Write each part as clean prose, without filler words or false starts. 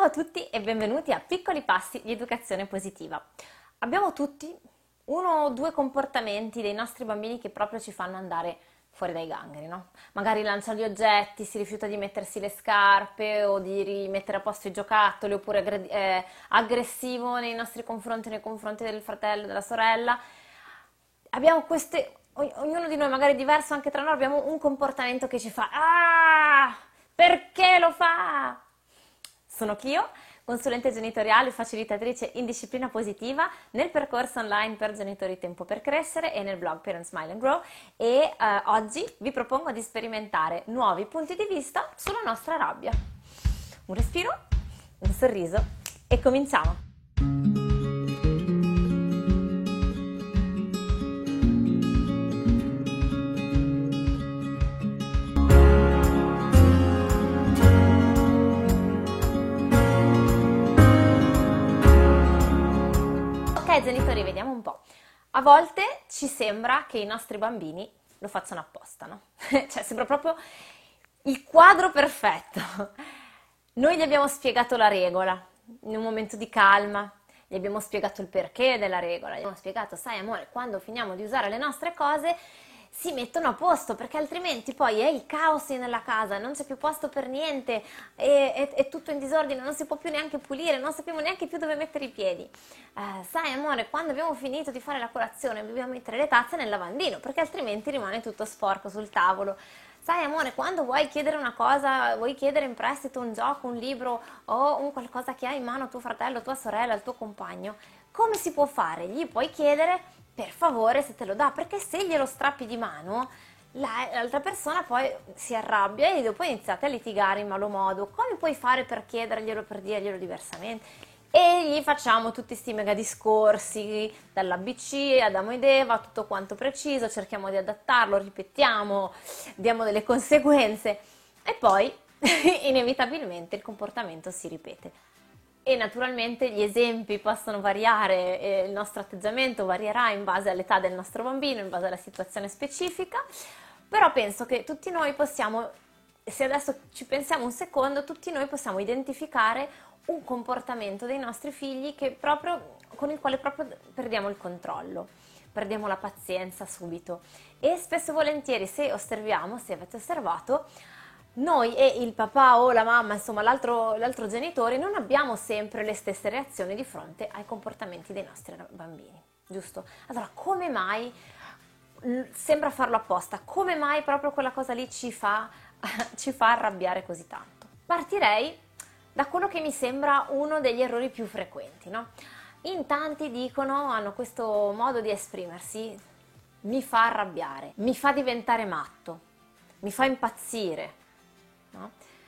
Ciao a tutti e benvenuti a Piccoli Passi di Educazione Positiva. Abbiamo tutti uno o due comportamenti dei nostri bambini che proprio ci fanno andare fuori dai gangheri, no? Magari lancia gli oggetti, si rifiuta di mettersi le scarpe o di rimettere a posto i giocattoli, oppure aggressivo nei nostri confronti, nei confronti del fratello, della sorella. Abbiamo ognuno di noi magari diverso anche tra noi, abbiamo un comportamento che ci fa "Ah! Perché lo fa?" Sono Clio, consulente genitoriale, facilitatrice in disciplina positiva nel percorso online per genitori Tempo per Crescere e nel blog Parent Smile and Grow e oggi vi propongo di sperimentare nuovi punti di vista sulla nostra rabbia. Un respiro, un sorriso e cominciamo! Genitori, vediamo un po'. A volte ci sembra che i nostri bambini lo facciano apposta, no? Cioè, sembra proprio il quadro perfetto. Noi gli abbiamo spiegato la regola in un momento di calma, gli abbiamo spiegato il perché della regola, gli abbiamo spiegato, sai amore, quando finiamo di usare le nostre cose si mettono a posto, perché altrimenti poi è il caos nella casa, non c'è più posto per niente, è tutto in disordine, non si può più neanche pulire, non sappiamo neanche più dove mettere i piedi. Sai amore, quando abbiamo finito di fare la colazione dobbiamo mettere le tazze nel lavandino, perché altrimenti rimane tutto sporco sul tavolo. Sai amore, quando vuoi chiedere una cosa, vuoi chiedere in prestito un gioco, un libro o un qualcosa che ha in mano tuo fratello, tua sorella, il tuo compagno, come si può fare? Gli puoi chiedere per favore se te lo dà, perché se glielo strappi di mano l'altra persona poi si arrabbia e dopo iniziate a litigare in malo modo. Come puoi fare per chiederglielo, per dirglielo diversamente? E gli facciamo tutti sti mega discorsi dall'ABC, Adamo ed Eva, tutto quanto preciso, cerchiamo di adattarlo, ripetiamo, diamo delle conseguenze e poi inevitabilmente il comportamento si ripete. E naturalmente gli esempi possono variare, e il nostro atteggiamento varierà in base all'età del nostro bambino, in base alla situazione specifica, però penso che tutti noi possiamo, se adesso ci pensiamo un secondo, tutti noi possiamo identificare un comportamento dei nostri figli con il quale proprio perdiamo il controllo, perdiamo la pazienza subito. E spesso e volentieri, se avete osservato, noi e il papà o la mamma, insomma l'altro genitore, non abbiamo sempre le stesse reazioni di fronte ai comportamenti dei nostri bambini, giusto? Allora, come mai sembra farlo apposta? Come mai proprio quella cosa lì ci fa arrabbiare così tanto? Partirei da quello che mi sembra uno degli errori più frequenti, no? In tanti hanno questo modo di esprimersi: mi fa arrabbiare, mi fa diventare matto, mi fa impazzire. No?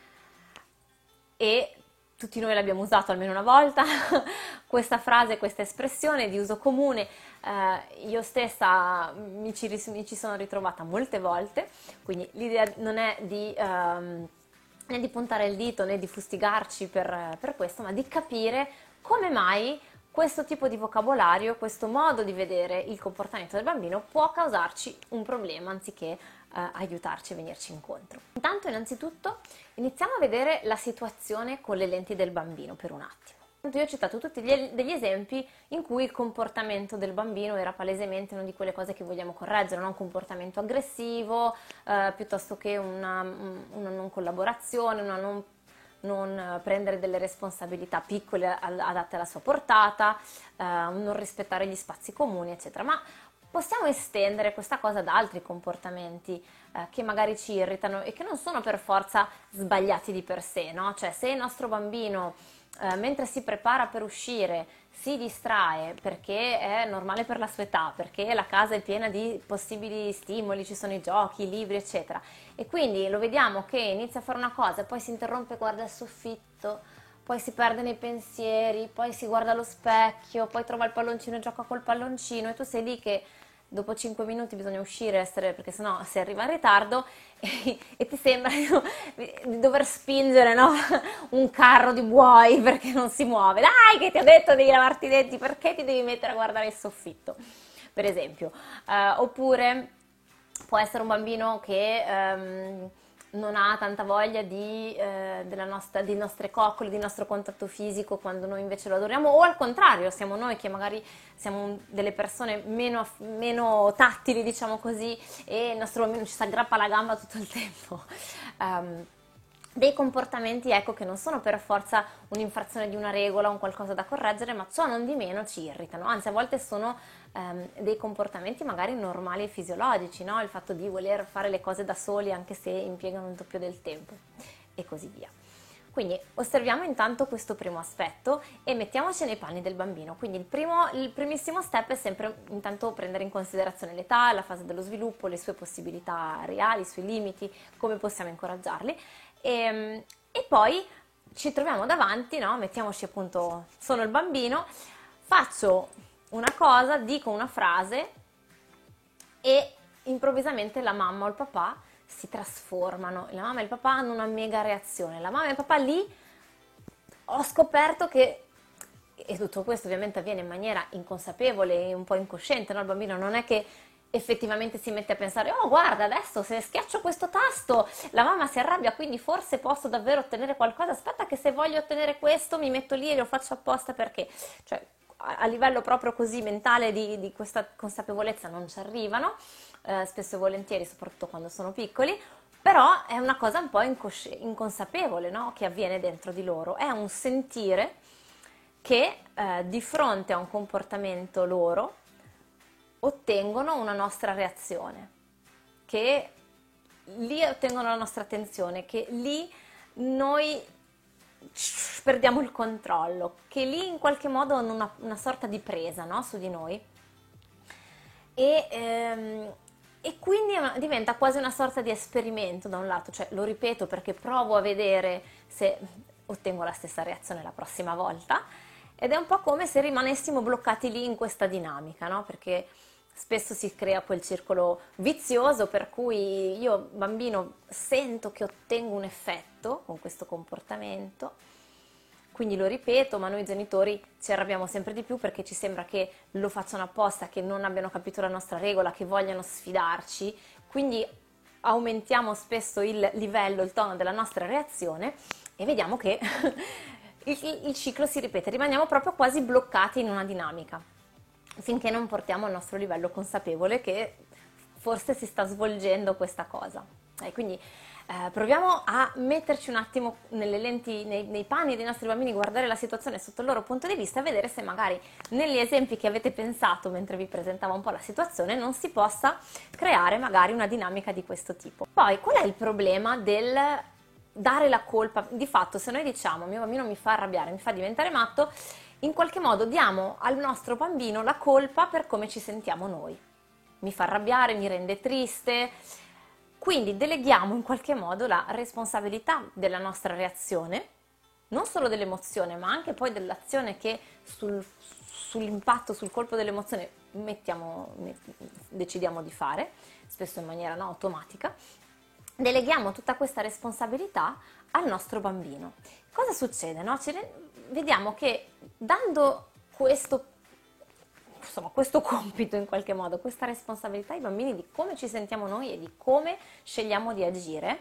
E tutti noi l'abbiamo usato almeno una volta questa frase, questa espressione di uso comune. Io stessa mi ci sono ritrovata molte volte, quindi l'idea non è di puntare il dito né di fustigarci per questo, ma di capire come mai questo tipo di vocabolario, questo modo di vedere il comportamento del bambino può causarci un problema anziché aiutarci a venirci incontro. Intanto, innanzitutto, iniziamo a vedere la situazione con le lenti del bambino per un attimo. Io ho citato tutti degli esempi in cui il comportamento del bambino era palesemente una di quelle cose che vogliamo correggere, no? Un comportamento aggressivo, piuttosto che una non collaborazione, una non prendere delle responsabilità piccole adatte alla sua portata, non rispettare gli spazi comuni, eccetera. Ma possiamo estendere questa cosa ad altri comportamenti che magari ci irritano e che non sono per forza sbagliati di per sé, no? Cioè, se il nostro bambino mentre si prepara per uscire si distrae perché è normale per la sua età, perché la casa è piena di possibili stimoli, ci sono i giochi, i libri, eccetera, e quindi lo vediamo che inizia a fare una cosa e poi si interrompe, guarda il soffitto, poi si perde nei pensieri, poi si guarda allo specchio, poi trova il palloncino e gioca col palloncino, e tu sei lì che dopo 5 minuti bisogna uscire perché sennò si arriva in ritardo e ti sembra di dover spingere, no? Un carro di buoi perché non si muove. Dai, che ti ho detto devi lavarti i denti, perché ti devi mettere a guardare il soffitto, per esempio. Oppure può essere un bambino che non ha tanta voglia dei nostre coccole, del nostro contatto fisico quando noi invece lo adoriamo, o al contrario, siamo noi che magari siamo delle persone meno tattili, diciamo così, e il nostro bambino ci si aggrappa alla gamba tutto il tempo. Um, Dei comportamenti, ecco, che non sono per forza un'infrazione di una regola, un qualcosa da correggere, ma ciò non di meno ci irritano, anzi a volte sono dei comportamenti magari normali e fisiologici, no? Il fatto di voler fare le cose da soli anche se impiegano il doppio del tempo e così via. Quindi osserviamo intanto questo primo aspetto e mettiamoci nei panni del bambino. Quindi il primissimo step è sempre intanto prendere in considerazione l'età, la fase dello sviluppo, le sue possibilità reali, i suoi limiti, come possiamo incoraggiarli e poi ci troviamo davanti, no? Mettiamoci appunto, sono il bambino, faccio una cosa, dico una frase e improvvisamente la mamma o il papà si trasformano, la mamma e il papà hanno una mega reazione, la mamma e il papà lì ho scoperto che, e tutto questo ovviamente avviene in maniera inconsapevole e un po' incosciente, no? Il bambino non è che effettivamente si mette a pensare, oh guarda adesso se schiaccio questo tasto la mamma si arrabbia, quindi forse posso davvero ottenere qualcosa, aspetta che se voglio ottenere questo mi metto lì e lo faccio apposta perché, cioè a livello proprio così mentale di questa consapevolezza non ci arrivano, spesso e volentieri, soprattutto quando sono piccoli, però è una cosa un po' inconsapevole, no? Che avviene dentro di loro, è un sentire che di fronte a un comportamento loro ottengono una nostra reazione, che lì ottengono la nostra attenzione, che lì noi perdiamo il controllo, che lì in qualche modo hanno una sorta di presa, no? Su di noi e quindi diventa quasi una sorta di esperimento da un lato, cioè lo ripeto perché provo a vedere se ottengo la stessa reazione la prossima volta ed è un po' come se rimanessimo bloccati lì in questa dinamica, no? Perché spesso si crea quel circolo vizioso per cui io, bambino, sento che ottengo un effetto con questo comportamento, quindi lo ripeto, ma noi genitori ci arrabbiamo sempre di più perché ci sembra che lo facciano apposta, che non abbiano capito la nostra regola, che vogliano sfidarci, quindi aumentiamo spesso il livello, il tono della nostra reazione e vediamo che il ciclo si ripete, rimaniamo proprio quasi bloccati in una dinamica finché non portiamo al nostro livello consapevole che forse si sta svolgendo questa cosa. Quindi proviamo a metterci un attimo nelle lenti, nei panni dei nostri bambini, guardare la situazione sotto il loro punto di vista e vedere se magari negli esempi che avete pensato mentre vi presentavo un po' la situazione non si possa creare magari una dinamica di questo tipo. Poi qual è il problema del dare la colpa? Di fatto se noi diciamo mio bambino mi fa arrabbiare, mi fa diventare matto, in qualche modo diamo al nostro bambino la colpa per come ci sentiamo noi. Mi fa arrabbiare, mi rende triste, quindi deleghiamo in qualche modo la responsabilità della nostra reazione, non solo dell'emozione, ma anche poi dell'azione che sull'impatto, sul colpo dell'emozione decidiamo di fare, spesso in maniera no, automatica. Deleghiamo tutta questa responsabilità al nostro bambino. Cosa succede? No? Vediamo che dando questo compito in qualche modo, questa responsabilità ai bambini di come ci sentiamo noi e di come scegliamo di agire,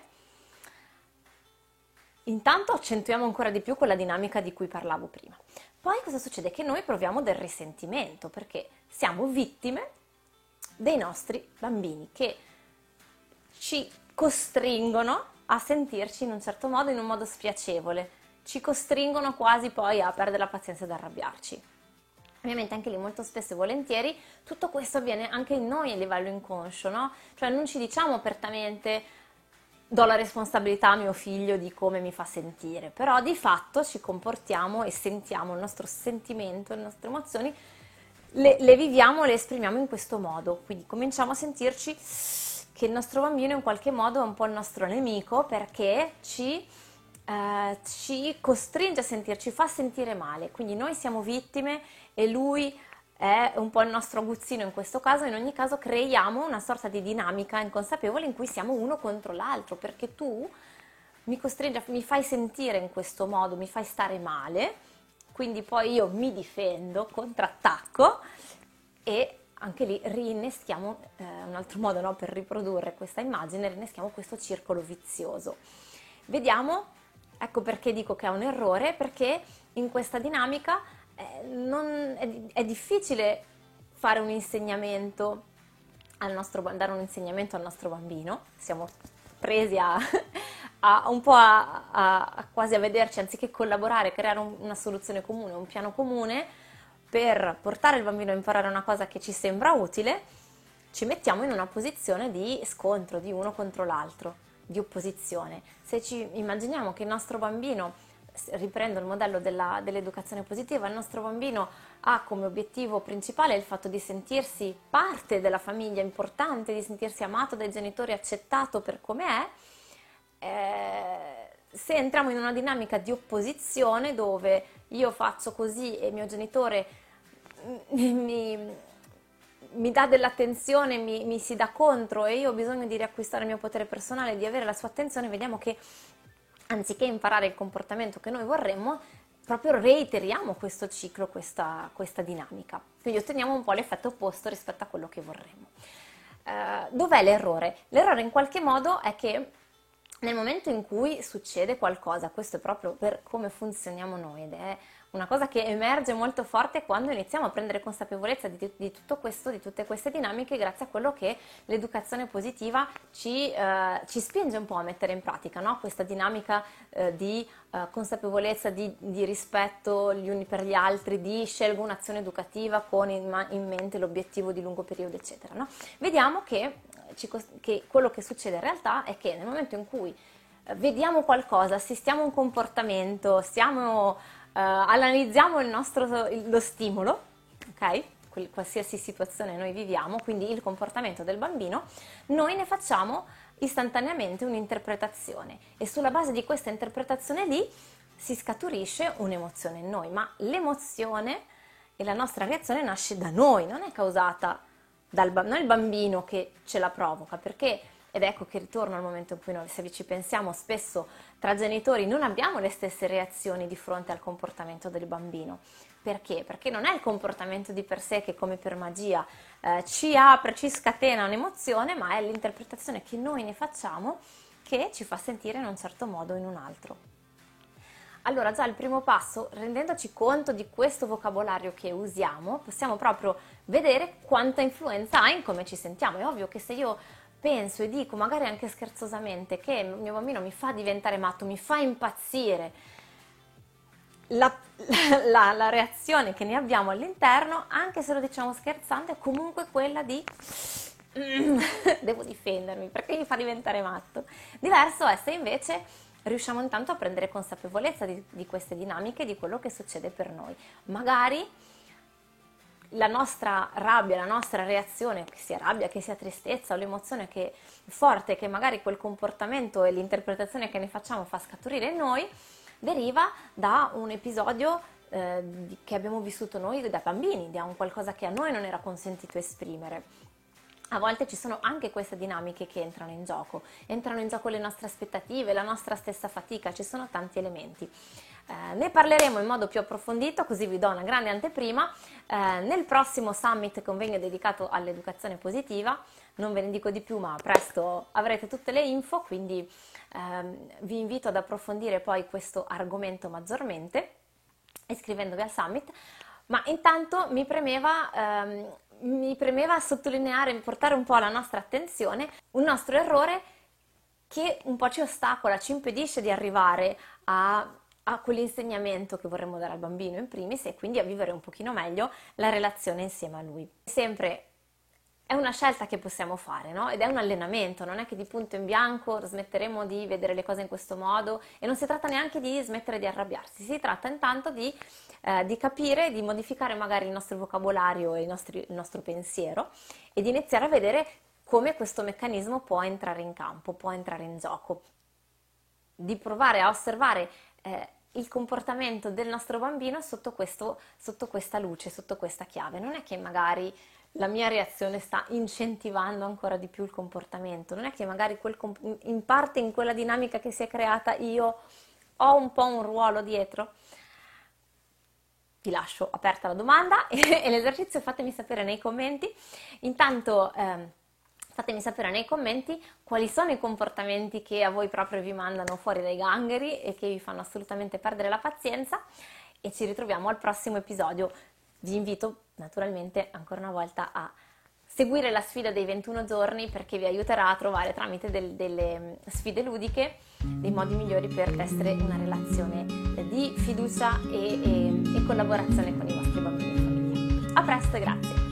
intanto accentuiamo ancora di più quella dinamica di cui parlavo prima. Poi cosa succede? Che noi proviamo del risentimento perché siamo vittime dei nostri bambini che ci costringono a sentirci in un certo modo, in un modo spiacevole, ci costringono quasi poi a perdere la pazienza ed arrabbiarci. Ovviamente anche lì molto spesso e volentieri tutto questo avviene anche in noi a livello inconscio, no? Cioè non ci diciamo apertamente do la responsabilità a mio figlio di come mi fa sentire, però di fatto ci comportiamo e sentiamo il nostro sentimento, le nostre emozioni, le viviamo, le esprimiamo in questo modo, quindi cominciamo a sentirci che il nostro bambino in qualche modo è un po' il nostro nemico perché ci costringe a sentirci, fa sentire male, quindi noi siamo vittime e lui è un po' il nostro aguzzino in questo caso, in ogni caso creiamo una sorta di dinamica inconsapevole in cui siamo uno contro l'altro, perché tu mi costringi, mi fai sentire in questo modo, mi fai stare male, quindi poi io mi difendo, contrattacco e anche lì rinneschiamo, un altro modo, no, per riprodurre questa immagine, rinneschiamo questo circolo vizioso. Vediamo, ecco perché dico che è un errore, perché in questa dinamica è difficile fare un insegnamento dare un insegnamento al nostro bambino. Siamo presi un po' a quasi a vederci, anziché collaborare, creare una soluzione comune, un piano comune per portare il bambino a imparare una cosa che ci sembra utile, ci mettiamo in una posizione di scontro, di uno contro l'altro, di opposizione. Se ci immaginiamo che il nostro bambino, riprendo il modello dell'educazione positiva, il nostro bambino ha come obiettivo principale il fatto di sentirsi parte della famiglia importante, di sentirsi amato dai genitori, accettato per come è, se entriamo in una dinamica di opposizione dove io faccio così e mio genitore mi dà dell'attenzione, mi si dà contro e io ho bisogno di riacquistare il mio potere personale, di avere la sua attenzione, vediamo che anziché imparare il comportamento che noi vorremmo, proprio reiteriamo questo ciclo, questa dinamica. Quindi otteniamo un po' l'effetto opposto rispetto a quello che vorremmo. Dov'è l'errore? L'errore in qualche modo è che nel momento in cui succede qualcosa, questo è proprio per come funzioniamo noi ed è una cosa che emerge molto forte quando iniziamo a prendere consapevolezza di tutto questo, di tutte queste dinamiche, grazie a quello che l'educazione positiva ci spinge un po' a mettere in pratica, no? Questa dinamica di consapevolezza, di rispetto gli uni per gli altri, di scelgo un'azione educativa con in mente l'obiettivo di lungo periodo, eccetera, no? Vediamo che quello che succede in realtà è che nel momento in cui vediamo qualcosa, assistiamo a un comportamento, analizziamo lo stimolo, ok? Qualsiasi situazione noi viviamo, quindi il comportamento del bambino, noi ne facciamo istantaneamente un'interpretazione e sulla base di questa interpretazione lì si scaturisce un'emozione in noi, ma l'emozione e la nostra reazione nasce da noi, non è causata non è il bambino che ce la provoca, perché, ed ecco che ritorno al momento in cui noi, se ci pensiamo, spesso tra genitori non abbiamo le stesse reazioni di fronte al comportamento del bambino. Perché? Perché non è il comportamento di per sé che come per magia ci apre, ci scatena un'emozione, ma è l'interpretazione che noi ne facciamo che ci fa sentire in un certo modo o in un altro. Allora già il primo passo, rendendoci conto di questo vocabolario che usiamo, possiamo proprio vedere quanta influenza ha in come ci sentiamo. È ovvio che se io penso e dico, magari anche scherzosamente, che il mio bambino mi fa diventare matto, mi fa impazzire, la reazione che ne abbiamo all'interno, anche se lo diciamo scherzando, è comunque quella di devo difendermi perché mi fa diventare matto. Diverso è se invece riusciamo intanto a prendere consapevolezza di queste dinamiche, di quello che succede per noi. Magari la nostra rabbia, la nostra reazione, che sia rabbia, che sia tristezza o l'emozione che è forte, che magari quel comportamento e l'interpretazione che ne facciamo fa scaturire in noi, deriva da un episodio che abbiamo vissuto noi da bambini, da un qualcosa che a noi non era consentito esprimere. A volte ci sono anche queste dinamiche che entrano in gioco le nostre aspettative, la nostra stessa fatica, ci sono tanti elementi. Ne parleremo in modo più approfondito, così vi do una grande anteprima, nel prossimo summit convegno dedicato all'educazione positiva. Non ve ne dico di più, ma presto avrete tutte le info, quindi vi invito ad approfondire poi questo argomento maggiormente iscrivendovi al summit. Ma intanto mi premeva sottolineare, portare un po' alla nostra attenzione un nostro errore che un po' ci ostacola, ci impedisce di arrivare a quell'insegnamento che vorremmo dare al bambino in primis e quindi a vivere un pochino meglio la relazione insieme a lui. Sempre è una scelta che possiamo fare, no? Ed è un allenamento, non è che di punto in bianco smetteremo di vedere le cose in questo modo e non si tratta neanche di smettere di arrabbiarsi, si tratta intanto di capire, di modificare magari il nostro vocabolario e il nostro pensiero e di iniziare a vedere come questo meccanismo può entrare in campo, può entrare in gioco, di provare a osservare il comportamento del nostro bambino sotto questa luce, sotto questa chiave. Non è che magari la mia reazione sta incentivando ancora di più il comportamento, non è che magari in parte in quella dinamica che si è creata io ho un po' un ruolo dietro. vi lascio aperta la domanda e l'esercizio, fatemi sapere nei commenti. Intanto fatemi sapere nei commenti quali sono i comportamenti che a voi proprio vi mandano fuori dai gangheri e che vi fanno assolutamente perdere la pazienza, e ci ritroviamo al prossimo episodio. Vi invito naturalmente ancora una volta a seguire la sfida dei 21 giorni, perché vi aiuterà a trovare, tramite delle sfide ludiche, dei modi migliori per testare una relazione di fiducia e collaborazione con i vostri bambini e famiglia. A presto e grazie!